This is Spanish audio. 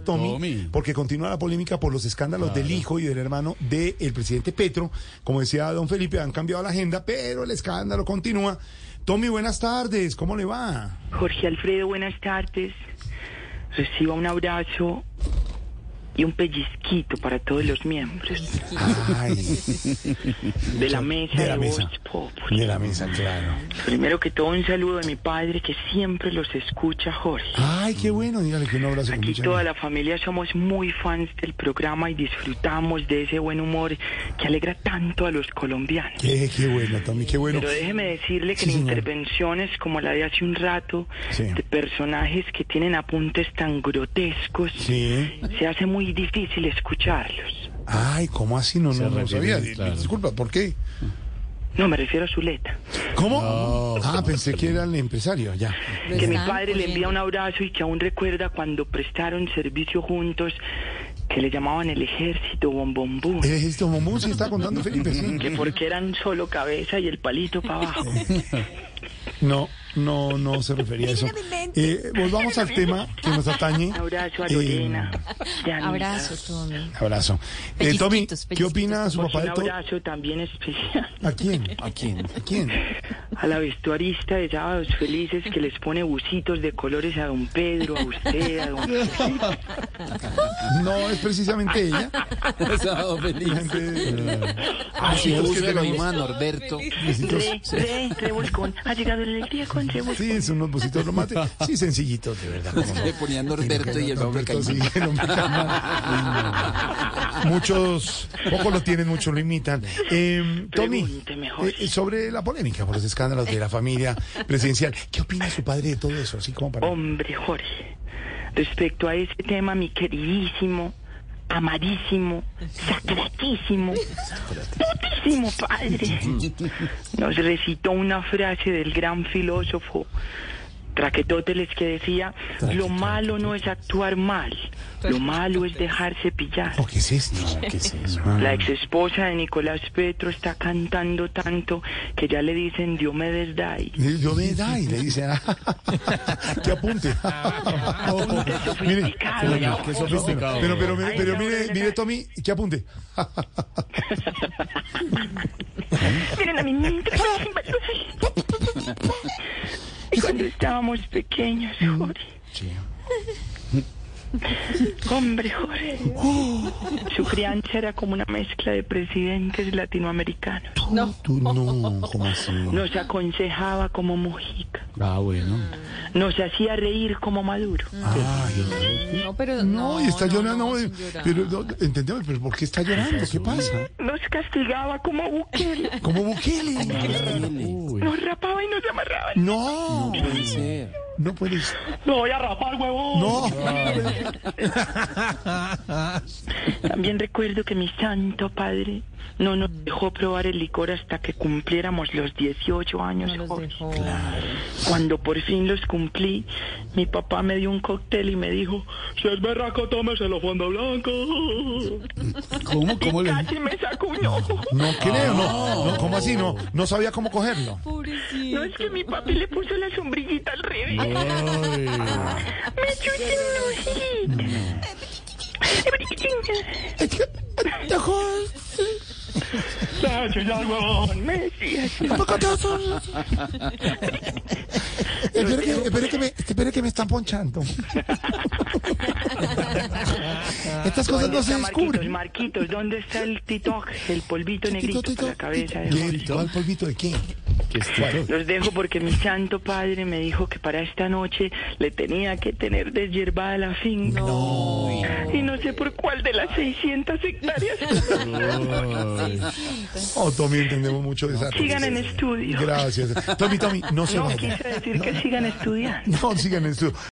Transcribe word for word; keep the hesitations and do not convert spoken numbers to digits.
Tommy, Tommy, porque continúa la polémica por los escándalos Claro. del hijo y del hermano del presidente Petro. Como decía don Felipe, han cambiado la agenda, pero el escándalo continúa. Tommy, buenas tardes, ¿cómo le va? Jorge Alfredo, buenas tardes. Reciba un abrazo y un pellizquito para todos los miembros Ay, de la mesa de de, la Voz mesa, Populi. de la mesa, claro. Primero que todo, un saludo de mi padre que siempre los escucha, Jorge. Ay, qué bueno, dígale que un abrazo con Aquí mucha toda gente. la familia somos muy fans del programa y disfrutamos de ese buen humor que alegra tanto a los colombianos. Qué, qué bueno, Tommy, qué bueno. Pero déjeme decirle que Sí, en señor. intervenciones como la de hace un rato, Sí. de personajes que tienen apuntes tan grotescos, Sí. se hace muy difícil escucharlos. Ay, ¿cómo así? No, Se no, no refiere, sabía. claro. Disculpa, ¿por qué? No, me refiero a Zuleta. ¿Cómo? Ah, pensé que era el empresario, ya. Que mi padre le envía un abrazo y que aún recuerda cuando prestaron servicio juntos, que le llamaban el ejército bombombú. El ejército Momú, sí está contando Felipe, sí. Que porque eran solo cabeza y el palito para abajo. No, no, no se refería a eso. Eh, volvamos al tema que nos atañe. Un abrazo a Eh, Lorena. Yanita. Abrazo, Tommy. Abrazo. Eh, Tommy, Pellizquitos, ¿qué opina su Pues papá un de todo? abrazo también especial ¿A quién? ¿A quién? ¿A quién? a la vestuarista de Sábados Felices que les pone bucitos de colores a don Pedro, a usted, a don Felipe. No es precisamente ella. Sábado feliz. Ah, Si sí, es que puso lo tenemos mismo a Norberto. bucitos. Re, re, revolcón. Ha llegado la alegría con revolcón. Sí, son unos bucitos románticos. Sí, sencillitos, de verdad. ¿cómo no? Le ponían Norberto y el hombre Norberto, caimán. sí, el hombre caimán. Muchos, pocos lo tienen, muchos lo imitan. Eh, Tommy, Pregúnteme, Jorge. eh, sobre la polémica por los escándalos de la familia presidencial, ¿qué opina su padre de todo eso? Así como para... Hombre, Jorge, respecto a ese tema, mi queridísimo, amadísimo, sacratísimo, putísimo padre, nos recitó una frase del gran filósofo Traquetóteles que decía: lo malo no es actuar mal, lo malo es dejarse pillar. Oh, ¿qué es esto? ¿Qué es eso? La ex esposa de Nicolás Petro está cantando tanto que ya le dicen Diomedes Day. Yo me da y le dice, ah, que apunte. Mire, Sofisticado. Qué sofisticado. pero, pero, pero, Ay, pero no, mire, no, mire, no. Tommy, que apunte. Miren a mi niña. Y cuando estábamos pequeños, Jorge. Sí. Hombre, Jorge. Su crianza era como una mezcla de presidentes latinoamericanos. No. Tú no, ¿cómo así? Nos aconsejaba como Mujica. Ah, bueno. Nos hacía reír como Maduro. Ay, No, pero no, y está no, llorando. no, eh, sin llorar. pero, no, entendemos, pero ¿por qué está llorando? ¿Qué pasa? Nos castigaba como Bukele. Como Bukele. Uy, Nos rapaba y nos amarraba. No, no puede ser. no puedes. No voy a rapar, huevón. No. También recuerdo que mi santo padre no nos dejó probar el licor hasta que cumpliéramos los dieciocho años. No los Jorge. dejó. Cuando por fin los cumplí, mi papá me dio un cóctel y me dijo: si es berraco, tómeselo fondo blanco. ¿Cómo? ¿Cómo Y le casi me sacó un ojo. No creo, no. No, ¿cómo así? No, no sabía cómo cogerlo. Pobrecito. No, es que mi papi le puso la sombrillita al revés. Ay. Me chuché un ojito. Ya, ya, huevón, me decía así. Espere que, espere que me, espere que me están ponchando. Estas cosas no ¿Dónde se está Marquitos? descubren. Marquitos, ¿dónde está el tito, el polvito Tito, negrito tito, para la cabeza de ¿Qué? Jorge? ¿Cuál polvito de qué? ¿Qué es Tito? Los dejo porque mi santo padre me dijo que para esta noche le tenía que tener deshierbada la finca. No. Y no sé por cuál de las seiscientas hectáreas. Oh, Tommy, entendemos mucho de esa. Sigan en estudio. Gracias. Tommy, Tommy, no se No vayan. quise decir que sigan estudiando. No, sigan en estudio.